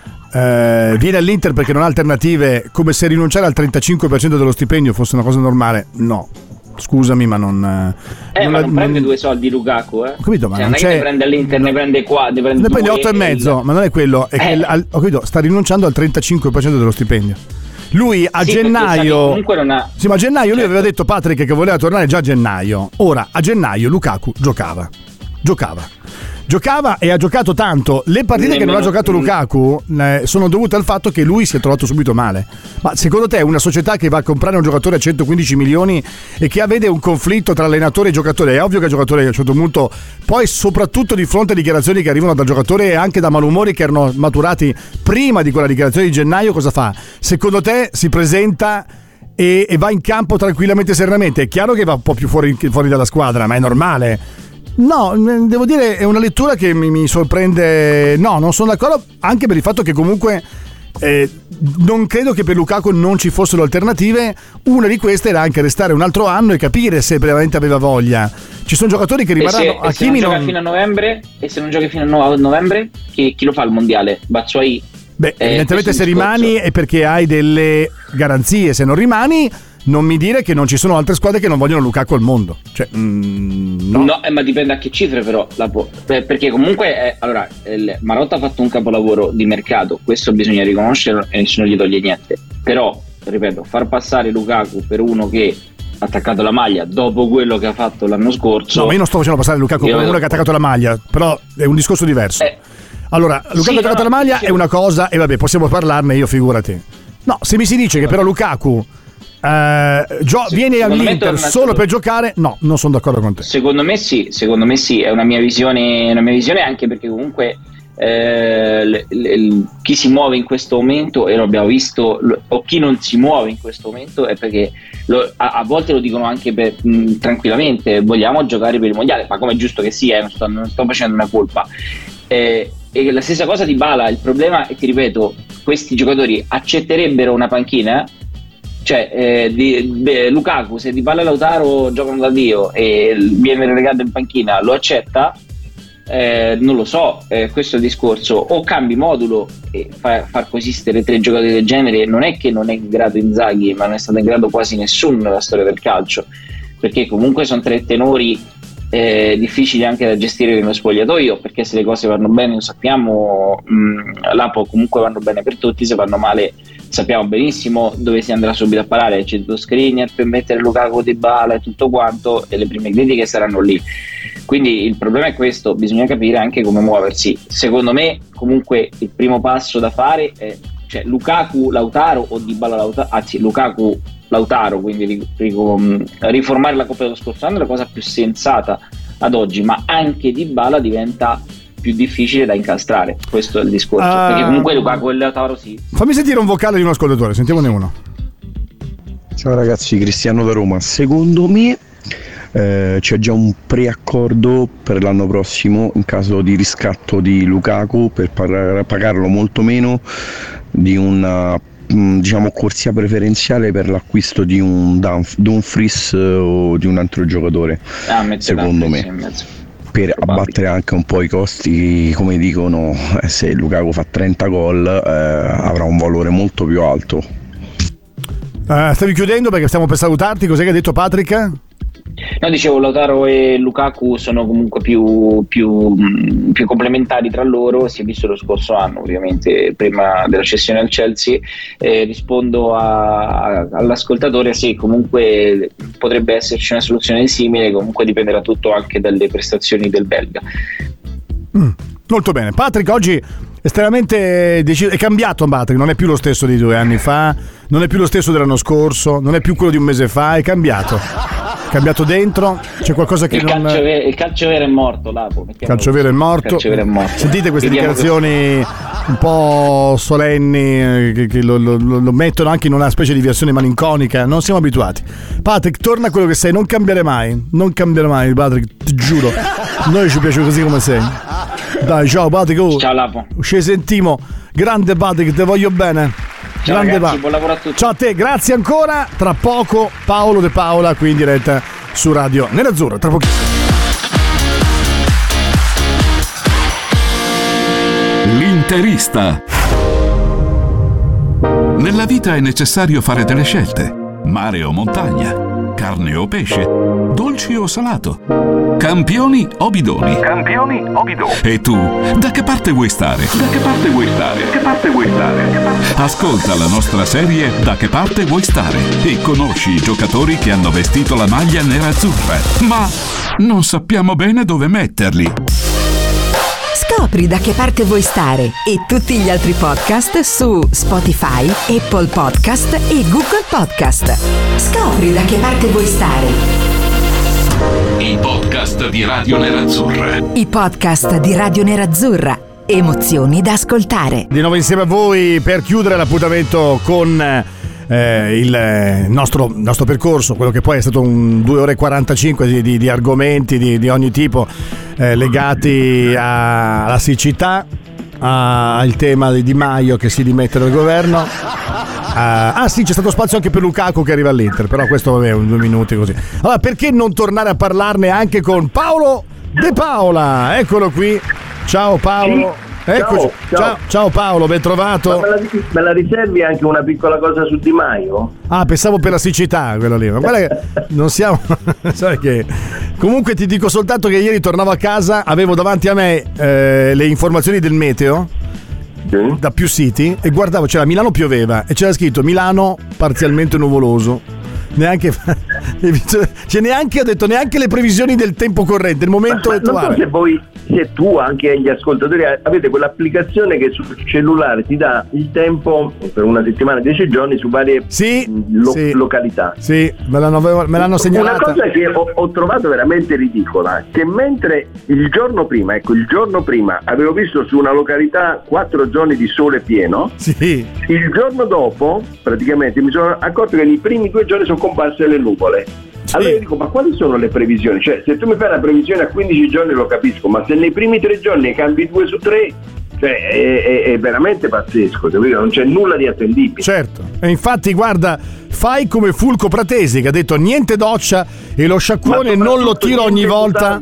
S6: eh, viene all'Inter perché non ha alternative, come se rinunciare al trentacinque per cento dello stipendio fosse una cosa normale, no. Scusami, ma non.
S1: Eh,
S6: non
S1: ma
S6: la,
S1: non prende
S6: non...
S1: due soldi Lukaku, eh?
S6: Ho capito, ma
S1: cioè,
S6: non,
S1: non
S6: c'è.
S1: È che ne prende all'Inter, ne prende qua, ne prende,
S6: ne prende otto e mezzo, ma non è quello. È eh. che al, ho capito, sta rinunciando al trentacinque per cento dello stipendio. Lui a
S1: sì,
S6: gennaio.
S1: Comunque non ha.
S6: Sì, ma a gennaio
S1: certo.
S6: lui aveva detto Patrick che voleva tornare già a gennaio. Ora, a gennaio Lukaku giocava. Giocava. Giocava e ha giocato tanto. Le partite che non ha giocato Lukaku eh, sono dovute al fatto che lui si è trovato subito male. Ma secondo te una società che va a comprare un giocatore a centoquindici milioni e che vede un conflitto tra allenatore e giocatore, è ovvio che il giocatore a un certo punto, poi soprattutto di fronte a dichiarazioni che arrivano dal giocatore e anche da malumori che erano maturati prima di quella dichiarazione di gennaio, cosa fa? Secondo te si presenta e, e va in campo tranquillamente e serenamente? È chiaro che va un po' più fuori, fuori dalla squadra, ma è normale. No, devo dire è una lettura che mi, mi sorprende. No, non sono d'accordo, anche per il fatto che comunque eh, non credo che per Lukaku non ci fossero alternative. Una di queste era anche restare un altro anno e capire se veramente aveva voglia. Ci sono giocatori che rimarranno.
S1: E se, e se non gioca non... fino a novembre, e se non giochi fino a novembre, chi, chi lo fa il mondiale? Batshuayi?
S6: Beh, eh, evidentemente se rimani è perché hai delle garanzie. Se non rimani, non mi dire che non ci sono altre squadre che non vogliono Lukaku al mondo. Cioè, mm, no,
S1: no eh, ma dipende a che cifre però la po- perché comunque eh, allora il Marotta ha fatto un capolavoro di mercato, questo bisogna riconoscerlo e nessuno gli toglie niente. Però ripeto, far passare Lukaku per uno che ha attaccato la maglia dopo quello che ha fatto l'anno scorso.
S6: No, ma io non sto facendo passare Lukaku per uno che ha attaccato la maglia, però è un discorso diverso. Eh, Allora, Lukaku sì, ha attaccato no, la maglia sì. è una cosa, e vabbè, possiamo parlarne, io figurati. No, se mi si dice che però Lukaku eh, gio- sì, viene all'Inter solo per giocare, no, non sono d'accordo con te.
S1: Secondo me sì, secondo me sì, è una mia visione, una mia visione anche perché comunque eh, le, le, chi si muove in questo momento, e lo abbiamo visto, lo, o chi non si muove in questo momento è perché lo, a, a volte lo dicono anche per, mh, tranquillamente, vogliamo giocare per il mondiale, ma come è giusto che sia, eh, non, sto, non sto facendo una colpa. Eh, e la stessa cosa di Dybala, il problema è che, ripeto, questi giocatori accetterebbero una panchina, cioè eh, di, di, Lukaku, se Dybala e Lautaro giocano da Dio e viene relegato in panchina, lo accetta? Eh, non lo so, eh, questo è il discorso. O cambi modulo e fa, far coesistere tre giocatori del genere. Non è che non è in grado Inzaghi, ma non è stato in grado quasi nessuno nella storia del calcio, perché comunque sono tre tenori Eh, difficili anche da gestire nello spogliatoio, perché se le cose vanno bene lo sappiamo, mh, là poi comunque vanno bene per tutti, se vanno male sappiamo benissimo dove si andrà subito a parare. C'è lo Skriniar per mettere Lukaku, Dybala e tutto quanto, e le prime critiche saranno lì. Quindi il problema è questo, bisogna capire anche come muoversi. Secondo me comunque il primo passo da fare è, cioè, Lukaku, Lautaro o Dybala, Lautaro, anzi Lukaku, Lautaro, quindi riformare la Coppa dello scorso anno è la cosa più sensata ad oggi, ma anche Dybala diventa più difficile da incastrare. Questo è il discorso, uh, perché comunque Lukaku e Lautaro sì.
S6: Fammi sentire un vocale di un ascoltatore, sentiamone uno.
S10: Ciao ragazzi, Cristiano da Roma. Secondo me eh, c'è già un preaccordo per l'anno prossimo in caso di riscatto di Lukaku per pag- pagarlo molto meno di una diciamo corsia preferenziale per l'acquisto di un Dumfries o di un altro giocatore,
S1: ah,
S10: secondo me, per abbattere anche un po' i costi. Come dicono, eh, se Lukaku fa trenta gol eh, avrà un valore molto più alto.
S6: Uh, stavi chiudendo perché stiamo per salutarti, cos'è che ha detto Patrick?
S1: No, dicevo, Lautaro e Lukaku sono comunque più, più, più complementari tra loro, si è visto lo scorso anno, ovviamente prima della cessione al Chelsea. Eh, rispondo a, a, all'ascoltatore, sì, comunque potrebbe esserci una soluzione simile, comunque dipenderà tutto anche dalle prestazioni del belga.
S6: Mm, molto bene, Patrick oggi estremamente deciso, è cambiato Patrick, non è più lo stesso di due anni fa, non è più lo stesso dell'anno scorso, non è più quello di un mese fa, è cambiato. Cambiato dentro, c'è qualcosa che
S1: il
S6: non
S1: calcio vero, il calcio vero è morto, Lapo,
S6: calcio vero è morto.
S1: Calcio vero è morto.
S6: Sentite queste
S1: Vediamo
S6: dichiarazioni
S1: questo.
S6: un po' solenni che, che lo, lo, lo mettono anche in una specie di versione malinconica, non siamo abituati. Patrick, torna a quello che sei, non cambiare mai, non cambiare mai Patrick, ti giuro, noi ci piace così come sei. Dai, ciao Patrick, oh.
S1: Ciao Lapo,
S6: ci sentimo, grande Patrick, te voglio bene.
S1: Ciao
S6: grande
S1: ragazzi,
S6: pa-
S1: buon lavoro a tutti.
S6: Ciao a te, grazie ancora. Tra poco Paolo De Paola qui in diretta su Radio Nerazzurra. Tra pochissimo.
S4: L'interista. Nella vita è necessario fare delle scelte. Mare o montagna, carne o pesce, dolci o salato, campioni o bidoni. Campioni o bidoni. E tu, da che parte vuoi stare? Da che parte vuoi stare? Da che parte vuoi stare? Ascolta la nostra serie Da che parte vuoi stare e conosci i giocatori che hanno vestito la maglia nerazzurra, ma non sappiamo bene dove metterli.
S11: Scopri Da che parte vuoi stare e tutti gli altri podcast su Spotify, Apple Podcast e Google Podcast. Scopri Da che parte vuoi stare.
S4: I podcast di Radio Nerazzurra.
S11: I podcast di Radio Nerazzurra. Emozioni da ascoltare.
S6: Di nuovo insieme a voi per chiudere l'appuntamento con eh, il nostro, nostro percorso, quello che poi è stato un due ore e quarantacinque di, di, di argomenti di, di ogni tipo eh, legati a, alla siccità, a, al tema di Di Maio che si dimette dal governo. Uh, ah sì, c'è stato spazio anche per Lukaku che arriva all'Inter, però questo vabbè, un due minuti così. Allora, perché non tornare a parlarne anche con Paolo De Paola? Eccolo qui. Ciao Paolo.
S12: Sì.
S6: Eccoci.
S12: Ciao, ciao.
S6: ciao, ciao Paolo, ben trovato.
S12: Ma me, la, me la riservi anche una piccola cosa su Di Maio?
S6: Ah, pensavo per la siccità, quello lì. Ma guarda che non siamo. Sai che. Comunque ti dico soltanto che ieri tornavo a casa, avevo davanti a me eh, le informazioni del meteo. Sì. Da più siti e guardavo, c'era Milano pioveva e c'era scritto Milano parzialmente nuvoloso. Neanche cioè neanche ho detto neanche le previsioni del tempo corrente, il momento
S12: ma,
S6: attuale.
S12: Non so se voi, se tu anche gli ascoltatori avete quell'applicazione che sul cellulare ti dà il tempo per una settimana, dieci giorni su varie
S6: sì,
S12: lo-
S6: sì.
S12: località.
S6: Sì, me l'hanno, me l'hanno segnalata.
S12: Una cosa che ho, ho trovato veramente ridicola, che mentre il giorno prima, ecco il giorno prima avevo visto su una località quattro giorni di sole pieno,
S6: sì.
S12: Il giorno dopo praticamente mi sono accorto che nei primi due giorni sono comparse le nuvole. Sì. Allora io dico, ma quali sono le previsioni? Cioè, se tu mi fai la previsione a quindici giorni lo capisco, ma se nei primi tre giorni cambi due su tre, cioè è, è, è veramente pazzesco, capito? Non c'è nulla di attendibile.
S6: Certo, e infatti guarda, fai come Fulco Pratesi che ha detto niente doccia e lo sciacquone non lo tiro ogni volta.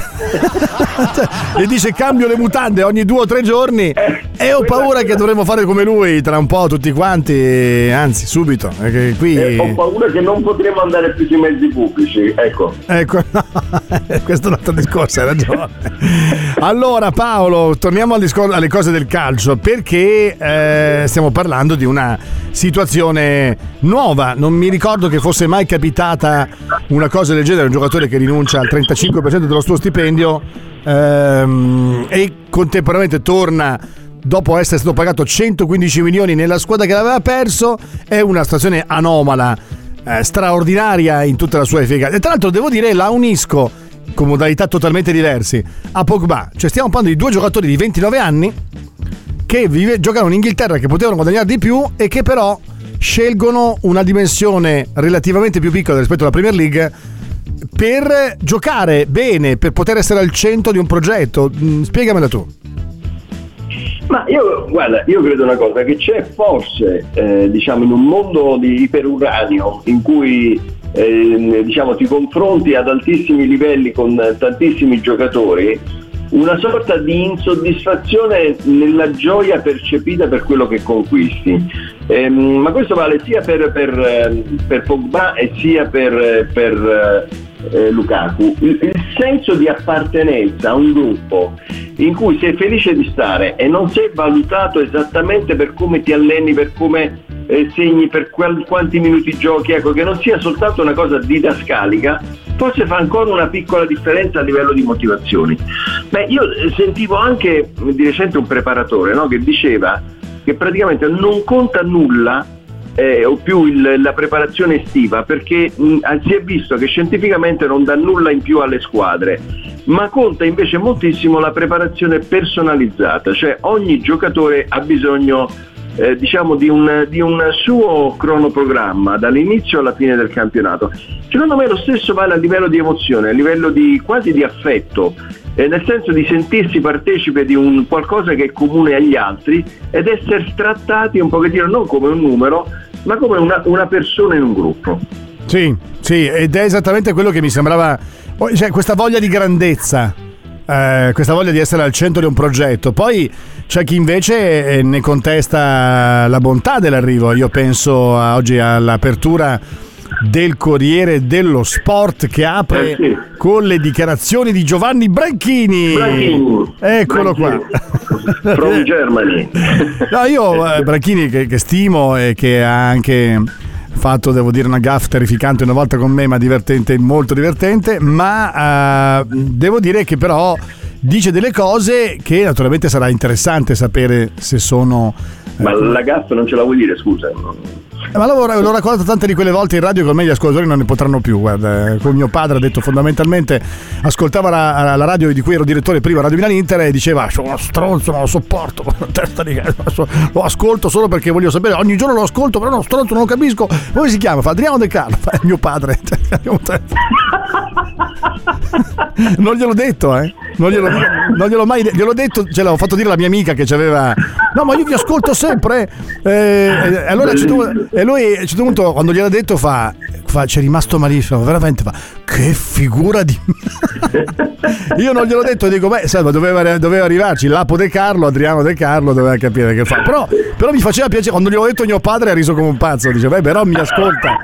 S6: E dice cambio le mutande ogni due o tre giorni eh, e ho paura che dovremmo fare come lui tra un po' tutti quanti, anzi subito, perché qui
S12: eh, ho paura che non potremo andare più sui mezzi pubblici, ecco
S6: ecco no, questo è un altro discorso, hai ragione. Allora Paolo, torniamo al discorso, alle cose del calcio, perché eh, stiamo parlando di una situazione nuova, non mi ricordo che fosse mai capitata una cosa del genere, un giocatore che rinuncia al trentacinque per cento dello suo stipendio ehm, e contemporaneamente torna dopo essere stato pagato centoquindici milioni nella squadra che l'aveva perso. È una situazione anomala, eh, straordinaria in tutta la sua efficacia, e tra l'altro devo dire la unisco con modalità totalmente diversi, a Pogba. Cioè stiamo parlando di due giocatori di ventinove anni che vive, giocano in Inghilterra, che potevano guadagnare di più e che però scelgono una dimensione relativamente più piccola rispetto alla Premier League per giocare bene, per poter essere al centro di un progetto. Spiegamela tu.
S12: Ma io, guarda, io credo una cosa, che c'è forse, eh, diciamo, in un mondo di iperuranio in cui eh, diciamo ti confronti ad altissimi livelli con tantissimi giocatori, una sorta di insoddisfazione nella gioia percepita per quello che conquisti. Eh, ma questo vale sia per, per, per Pogba e sia per, per eh, Lukaku. Il, il senso di appartenenza a un gruppo in cui sei felice di stare e non sei valutato esattamente per come ti alleni, per come eh, segni, per qual, quanti minuti giochi, ecco, che non sia soltanto una cosa didascalica, forse fa ancora una piccola differenza a livello di motivazioni. Beh, io sentivo anche di recente un preparatore, no, che diceva che praticamente non conta nulla eh, o più il, la preparazione estiva, perché mh, si è visto che scientificamente non dà nulla in più alle squadre, ma conta invece moltissimo la preparazione personalizzata, cioè ogni giocatore ha bisogno eh, diciamo di un, di un suo cronoprogramma dall'inizio alla fine del campionato. Secondo me lo stesso vale a livello di emozione, a livello di quasi di affetto, eh, nel senso di sentirsi partecipe di un qualcosa che è comune agli altri ed essere trattati un pochettino non come un numero, ma come una, una persona in un gruppo.
S6: Sì, sì, ed è esattamente quello che mi sembrava, cioè questa voglia di grandezza, eh, questa voglia di essere al centro di un progetto. Poi c'è chi invece ne contesta la bontà dell'arrivo. Io penso a, oggi all'apertura del Corriere dello Sport che apre eh sì. con le dichiarazioni di Giovanni Branchini.
S12: Branchini.
S6: Eccolo
S12: Branchini.
S6: qua.
S12: From Germany.
S6: No, io eh, Branchini che, che stimo e che ha anche fatto, devo dire, una gaffe terrificante una volta con me, ma divertente, molto divertente, ma eh, devo dire che però dice delle cose che naturalmente sarà interessante sapere se sono
S12: eh, ma la gaffe non ce la vuoi dire, scusa?
S6: Ma l'ho, l'ho raccontato tante di quelle volte in radio che ormai gli ascoltatori non ne potranno più. Guarda, con mio padre ha detto, fondamentalmente ascoltava la, la radio di cui ero direttore prima, Radio Milan Inter, e diceva sono uno stronzo, non lo sopporto, testa di cazzo, lo ascolto solo perché voglio sapere, ogni giorno lo ascolto, però uno stronzo, non lo capisco. Come si chiama? Fa Adriano De Carlo, fa mio padre. Non gliel'ho detto, eh non glielo, non gliel'ho mai gliel'ho detto, ce l'ho fatto dire alla mia amica che c'aveva, no ma io vi ascolto sempre, eh, e allora e lui a un certo punto quando gliel'ha detto fa, fa c'è rimasto malissimo, veramente, fa che figura di io non gliel'ho detto, dico beh salva, doveva, doveva arrivarci Lapo De Carlo, Adriano De Carlo doveva capire che fa, però, però mi faceva piacere quando gliel'ho detto. Mio padre ha riso come un pazzo, dice beh però mi ascolta.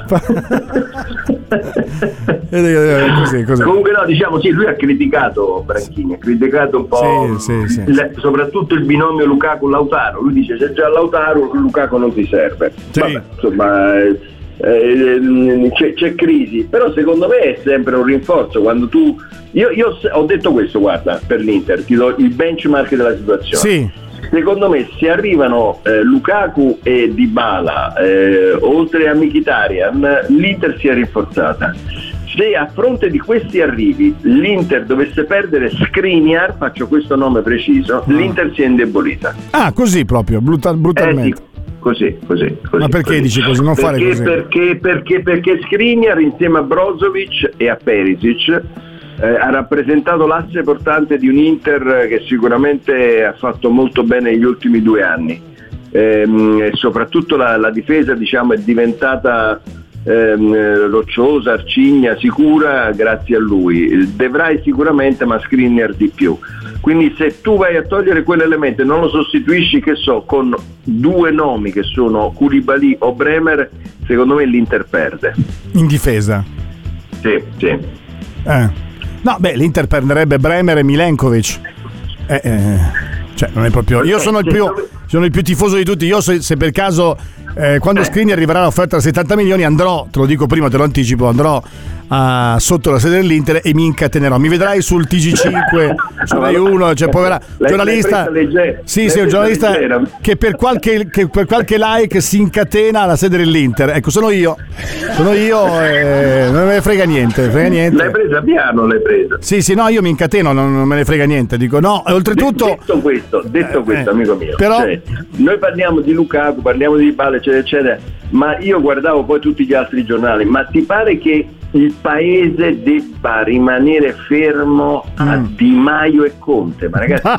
S6: così, così.
S12: Comunque no, diciamo sì, lui ha criticato Branchini, ha criticato un po'
S6: sì, sì, sì.
S12: Il, soprattutto il binomio Lukaku-Lautaro. Lui dice c'è già Lautaro, Lukaku non ti serve.
S6: Sì.
S12: Vabbè, insomma eh, c'è, c'è crisi, però secondo me è sempre un rinforzo quando tu io, io ho detto questo, guarda, per l'Inter ti do il benchmark della situazione.
S6: Sì.
S12: Secondo me se arrivano eh, Lukaku e Dybala eh, oltre a Mkhitaryan, l'Inter si è rinforzata. Se a fronte di questi arrivi l'Inter dovesse perdere Skriniar, faccio questo nome preciso, mm. l'Inter si è indebolita.
S6: Ah, così proprio, brutal, brutalmente.
S12: Eh, sì. Così, così, così.
S6: Ma perché
S12: così.
S6: dici così? Non
S12: perché,
S6: fare così.
S12: Perché, perché, perché Skriniar insieme a Brozovic e a Perisic Eh, ha rappresentato l'asse portante di un Inter che sicuramente ha fatto molto bene negli ultimi due anni, ehm, e soprattutto la, la difesa, diciamo, è diventata ehm, rocciosa, arcigna, sicura grazie a lui. De Vrij sicuramente, ma Skriniar di più. Quindi se tu vai a togliere quell'elemento e non lo sostituisci, che so, con due nomi che sono Koulibaly o Bremer, secondo me l'Inter perde.
S6: In difesa?
S12: Sì, sì.
S6: Eh. No, beh, l'Inter prenderebbe Bremer e Milenkovic. Eh, eh, cioè, non è proprio. Io sono il più, sono il più tifoso di tutti. Io, se, se per caso eh, quando
S12: Eh.
S6: Skriniar arriverà l'offerta da settanta milioni andrò, te lo dico prima, te lo anticipo, andrò a, sotto la sede dell'Inter e mi incatenerò. Mi vedrai sul T G cinque, su Rai uno, cioè povera
S12: Lei-
S6: giornalista.
S12: lei presa leggera.
S6: Sì,
S12: Lei
S6: sì, un
S12: presa
S6: giornalista
S12: leggera.
S6: che per qualche che per qualche like si incatena alla sede dell'Inter. Ecco, sono io. Sono io e non me ne frega niente, frega niente.
S12: L'hai presa piano, l'hai presa.
S6: Sì, sì, no, io mi incateno, non, non me ne frega niente. Dico no, e oltretutto.
S12: Detto questo, detto questo,
S6: eh,
S12: amico mio,
S6: però-
S12: cioè, noi parliamo di Lukaku, parliamo di Dybala, eccetera, eccetera, ma io guardavo poi tutti gli altri giornali, ma ti pare che il paese debba rimanere fermo a
S6: Mm.
S12: Di Maio e Conte? Ma ragazzi,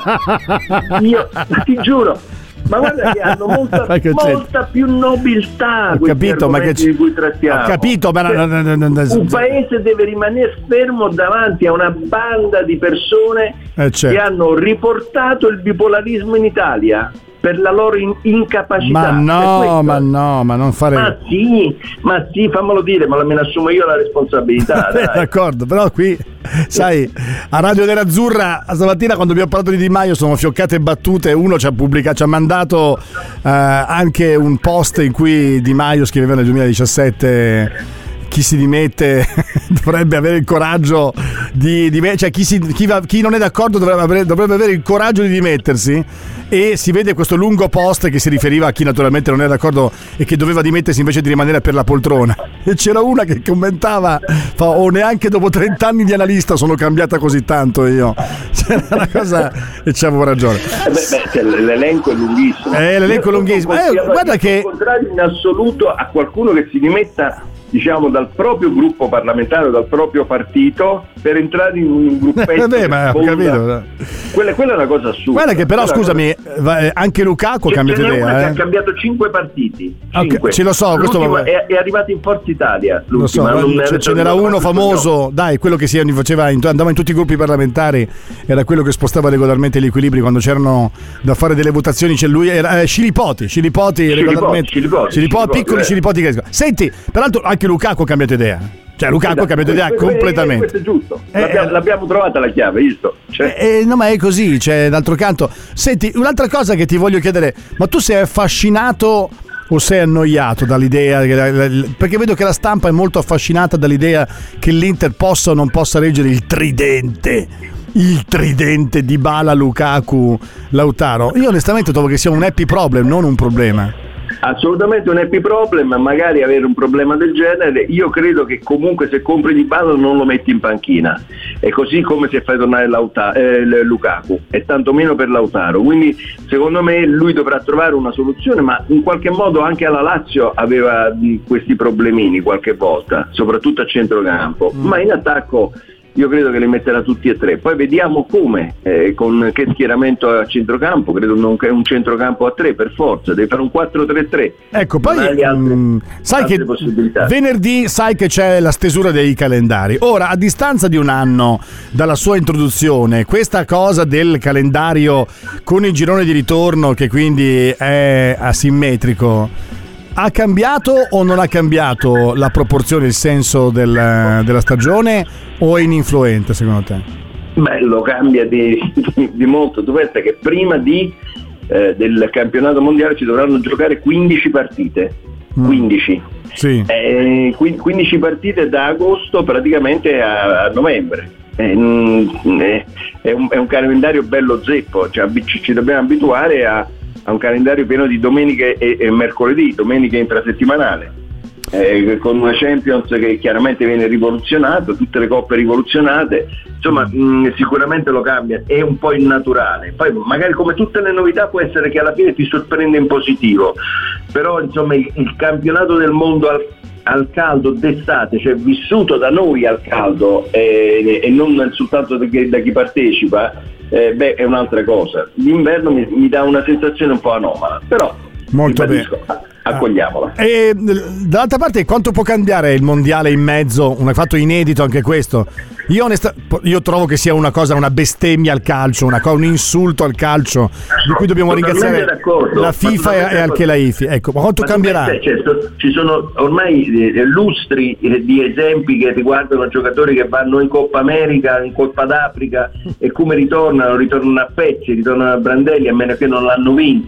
S12: io ma ti giuro, ma guarda che hanno molta,
S6: Ma che c'è?
S12: molta più nobiltà
S6: Ho
S12: questi
S6: capito, ma che
S12: argomenti
S6: c-
S12: di cui trattiamo.
S6: Ho capito, ma
S12: Cioè,
S6: no, no, no, no, no,
S12: un paese deve rimanere fermo davanti a una banda di persone
S6: Eh, certo.
S12: che hanno riportato il bipolarismo in Italia per la loro in- incapacità.
S6: Ma
S12: Per
S6: no,
S12: questo-
S6: ma no, ma non fare.
S12: ma sì, ma sì, fammelo dire, ma me ne assumo io la responsabilità.
S6: Eh,
S12: dai.
S6: d'accordo, però qui, sai, a Radio Nerazzurra stamattina quando abbiamo parlato di Di Maio sono fioccate battute. Uno ci ha pubblicato, ci ha mandato eh, anche un post in cui Di Maio scriveva nel duemiladiciassette chi si dimette dovrebbe avere il coraggio di, di cioè chi, si, chi, va, chi non è d'accordo dovrebbe avere, dovrebbe avere il coraggio di dimettersi, e si vede questo lungo post che si riferiva a chi naturalmente non era d'accordo e che doveva dimettersi invece di rimanere per la poltrona, e c'era una che commentava fa, oh, neanche dopo trenta anni di analista sono cambiata così tanto io. C'era una cosa e c'avevo ragione.
S12: Eh beh, beh, cioè, l'elenco è lunghissimo.
S6: Eh, l'elenco è
S12: Io
S6: lunghissimo.
S12: sono
S6: Eh,
S12: contrario-
S6: guarda che-
S12: sono contrario in assoluto a qualcuno che si dimetta, diciamo, dal proprio gruppo parlamentare o dal proprio partito per entrare in un gruppetto.
S6: Eh, vabbè,
S12: che
S6: ma ho
S12: sfonda-
S6: capito.
S12: Quella, quella è una cosa assurda.
S6: Guarda che però
S12: Quella è una
S6: scusami, va- eh, anche Lukaku ha
S12: C'è-
S6: cambiato
S12: ce n'è una che
S6: idea,
S12: ha
S6: eh.
S12: cambiato cinque partiti.
S6: Ok,
S12: Cinque.
S6: ce lo so, questo
S12: L'ultimo
S6: va-
S12: è, è arrivato in Forza Italia.
S6: Lo so,
S12: l'ultimo, non-
S6: ce, ce n'era
S12: non-
S6: uno
S12: non-
S6: famoso, dai, quello che si faceva in- andava in tutti i gruppi parlamentari, era quello che spostava regolarmente gli equilibri quando c'erano da fare delle votazioni. C'è lui, era eh, Scilipoti, Scilipoti,
S12: Scilipoti,
S6: regolarmente.
S12: Scilipoti,
S6: Scilipoti,
S12: Scilipoti,
S6: piccoli
S12: eh.
S6: Scilipoti che- Senti, peraltro anche Lukaku ha cambiato idea. Cioè Lukaku ha cambiato idea
S12: Questo-
S6: completamente.
S12: Questo è giusto.
S6: Eh,
S12: L'abbiamo, l'abbiamo trovata la chiave, visto? Cioè,
S6: Eh, no, ma è così, cioè, d'altro canto. Senti, un'altra cosa che ti voglio chiedere, ma tu sei affascinato o sei annoiato dall'idea? che la- la- Perché vedo che la stampa è molto affascinata dall'idea che l'Inter possa o non possa reggere il tridente. Il tridente di Dybala, Lukaku, Lautaro. Io onestamente trovo che sia un happy problem, non un problema.
S12: assolutamente un happy problem, magari avere un problema del genere. Io credo che comunque se compri Dybala non lo metti in panchina, è così come se fai tornare Lauta- eh, Lukaku, e tantomeno per Lautaro. Quindi secondo me lui dovrà trovare una soluzione, ma in qualche modo anche alla Lazio aveva mh, questi problemini qualche volta, soprattutto a centrocampo, mm. ma in attacco io credo che li metterà tutti e tre. Poi vediamo come, eh, con che schieramento a centrocampo. Credo non che un centrocampo a tre per forza, deve fare un quattro tre tre.
S6: Ecco, poi
S12: Non hai altre,
S6: mh, sai
S12: altre
S6: che
S12: possibilità.
S6: venerdì sai che c'è la stesura dei calendari. Ora, a distanza di un anno dalla sua introduzione, questa cosa del calendario con il girone di ritorno, che quindi è asimmetrico, ha cambiato o non ha cambiato la proporzione, il senso del, della stagione, o è ininfluente secondo te?
S12: Beh, lo cambia di, di, di molto. Tu pensa che prima di, eh, del campionato mondiale ci dovranno giocare quindici partite.
S6: Mm.
S12: quindici.
S6: Sì.
S12: Eh, quindici partite da agosto praticamente a, a novembre. Eh, mm, eh, è, un, è un calendario bello zeppo, cioè, ci, ci dobbiamo abituare a, a un calendario pieno di domeniche e, e mercoledì, domeniche infrasettimanale. Eh, con una Champions che chiaramente viene rivoluzionata, tutte le coppe rivoluzionate, insomma mh, sicuramente lo cambia, è un po' innaturale. Poi magari come tutte le novità può essere che alla fine ti sorprende in positivo, però insomma il, il campionato del mondo al, al caldo d'estate, cioè vissuto da noi al caldo eh, e non soltanto da chi, da chi partecipa, eh, beh, è un'altra cosa. L'inverno mi, mi dà una sensazione un po' anomala, però
S6: molto bene,
S12: accogliamola.
S6: E dall'altra parte, quanto può cambiare il mondiale in mezzo? Un fatto inedito anche questo. Io, onesta, io trovo che sia una cosa, una bestemmia al calcio, una, un insulto al calcio, di cui dobbiamo ringraziare la FIFA e, e anche la I F I. Ecco, ma quanto ma cambierà?
S12: Pensi, cioè, ci sono ormai eh, lustri eh, di esempi che riguardano giocatori che vanno in Coppa America, in Coppa d'Africa, e come ritornano, ritornano a pezzi, ritornano a brandelli, a meno che non l'hanno vinta.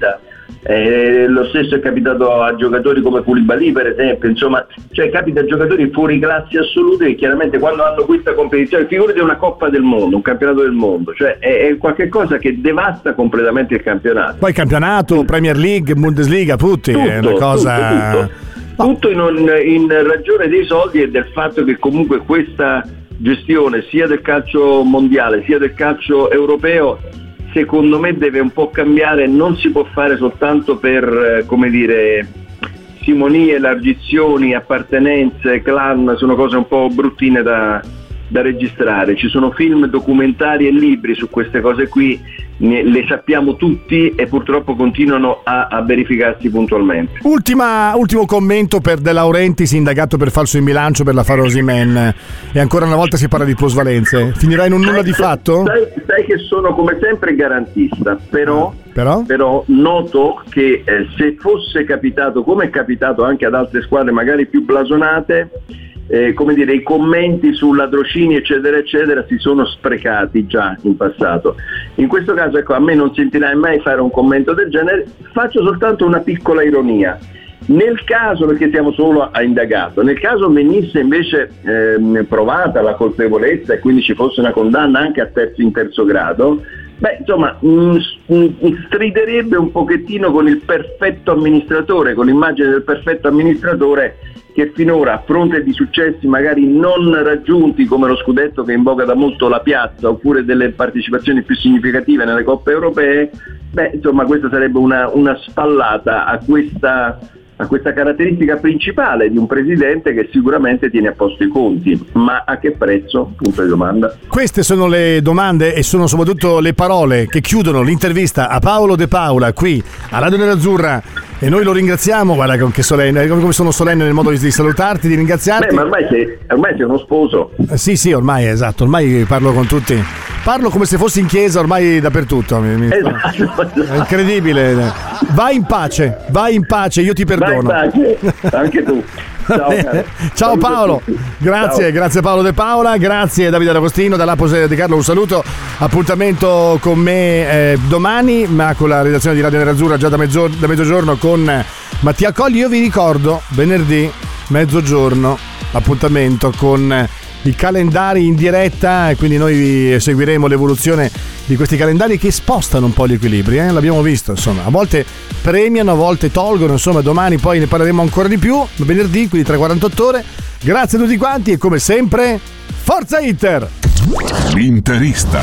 S12: Eh, lo stesso è capitato a giocatori come Koulibaly, per esempio, insomma, cioè capita a giocatori fuori classi assolute che chiaramente quando hanno questa competizione, figurati una Coppa del Mondo, un campionato del mondo, cioè è, è qualcosa che devasta completamente il campionato.
S6: Poi campionato, Premier League, Bundesliga, tutti,
S12: tutto,
S6: è una cosa...
S12: Tutto, tutto. tutto in, un, in ragione dei soldi e del fatto che comunque questa gestione sia del calcio mondiale sia del calcio europeo secondo me deve un po' cambiare, non si può fare soltanto per, come dire, simonie, elargizioni, appartenenze, clan, sono cose un po' bruttine da, da registrare. Ci sono film, documentari e libri su queste cose qui, ne, le sappiamo tutti e purtroppo continuano a, a verificarsi puntualmente.
S6: Ultima, ultimo commento per De Laurentiis, indagato per falso in bilancio per l'affare Osimhen, e ancora una volta si parla di plusvalenze. Finirà in un nulla di fatto?
S12: Sai, sai che sono come sempre garantista, però,
S6: però?
S12: però noto che eh, se fosse capitato, come è capitato anche ad altre squadre magari più blasonate, Eh, come dire, i commenti su ladrocini eccetera eccetera si sono sprecati già in passato. In questo caso, ecco, a me non sentirai mai fare un commento del genere, faccio soltanto una piccola ironia. Nel caso, perché siamo solo a indagato, nel caso venisse invece ehm, provata la colpevolezza e quindi ci fosse una condanna anche a terzo, in terzo grado, beh, insomma, mh, mh, striderebbe un pochettino con il perfetto amministratore, con l'immagine del perfetto amministratore che finora, a fronte di successi magari non raggiunti come lo scudetto che invoca da molto la piazza, oppure delle partecipazioni più significative nelle coppe europee, beh, insomma, questa sarebbe una, una spallata a questa, a questa caratteristica principale di un presidente che sicuramente tiene a posto i conti, ma a che prezzo? Punto di domanda.
S6: Queste sono le domande e sono soprattutto le parole che chiudono l'intervista a Paolo De Paula qui a Radio Nerazzurra, e noi lo ringraziamo. Guarda che solenne, come sono solenne nel modo di, di salutarti, di ringraziarti.
S12: Beh, ma ormai sei, ormai sei uno sposo.
S6: Eh, sì, sì, ormai esatto, ormai parlo con tutti. Parlo come se fossi in chiesa ormai dappertutto. Mi, mi
S12: esatto.
S6: È incredibile. Vai in pace, vai in pace, io ti perdono.
S12: Vai in pace, anche tu. Ciao,
S6: ciao Paolo, grazie, ciao. Grazie Paolo De Paula, grazie Davide D'Agostino, dall'Apo De Carlo un saluto, appuntamento con me eh, domani, ma con la redazione di Radio Nerazzurra già da, mezzo, da mezzogiorno con Mattia Colli. Io vi ricordo venerdì mezzogiorno appuntamento con i calendari in diretta, e quindi noi vi seguiremo l'evoluzione di questi calendari che spostano un po' gli equilibri, eh? L'abbiamo visto, insomma, a volte premiano, a volte tolgono, insomma, domani poi ne parleremo ancora di più, venerdì, quindi tra quarantotto ore. Grazie a tutti quanti e come sempre, forza Inter!
S4: L'interista.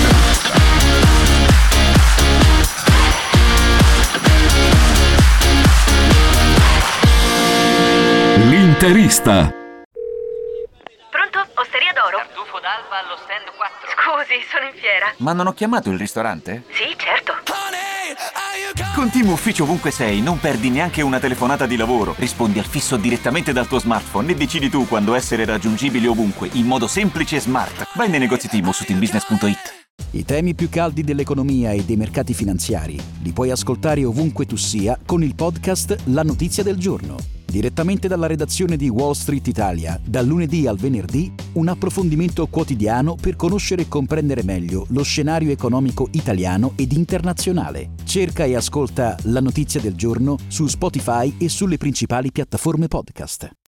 S4: L'interista.
S2: Osteria d'oro?
S8: Tartufo d'alba allo stand quattro.
S2: Scusi, sono in fiera.
S3: Ma non ho chiamato il ristorante?
S2: Sì, certo.
S3: Con Team Ufficio ovunque sei, non perdi neanche una telefonata di lavoro. Rispondi al fisso direttamente dal tuo smartphone e decidi tu quando essere raggiungibile ovunque, in modo semplice e smart. Vai nei negozi Team o su team business punto it.
S9: I temi più caldi dell'economia e dei mercati finanziari li puoi ascoltare ovunque tu sia con il podcast La Notizia del Giorno. Direttamente dalla redazione di Wall Street Italia, dal lunedì al venerdì, un approfondimento quotidiano per conoscere e comprendere meglio lo scenario economico italiano ed internazionale. Cerca e ascolta La Notizia del Giorno su Spotify e sulle principali piattaforme podcast.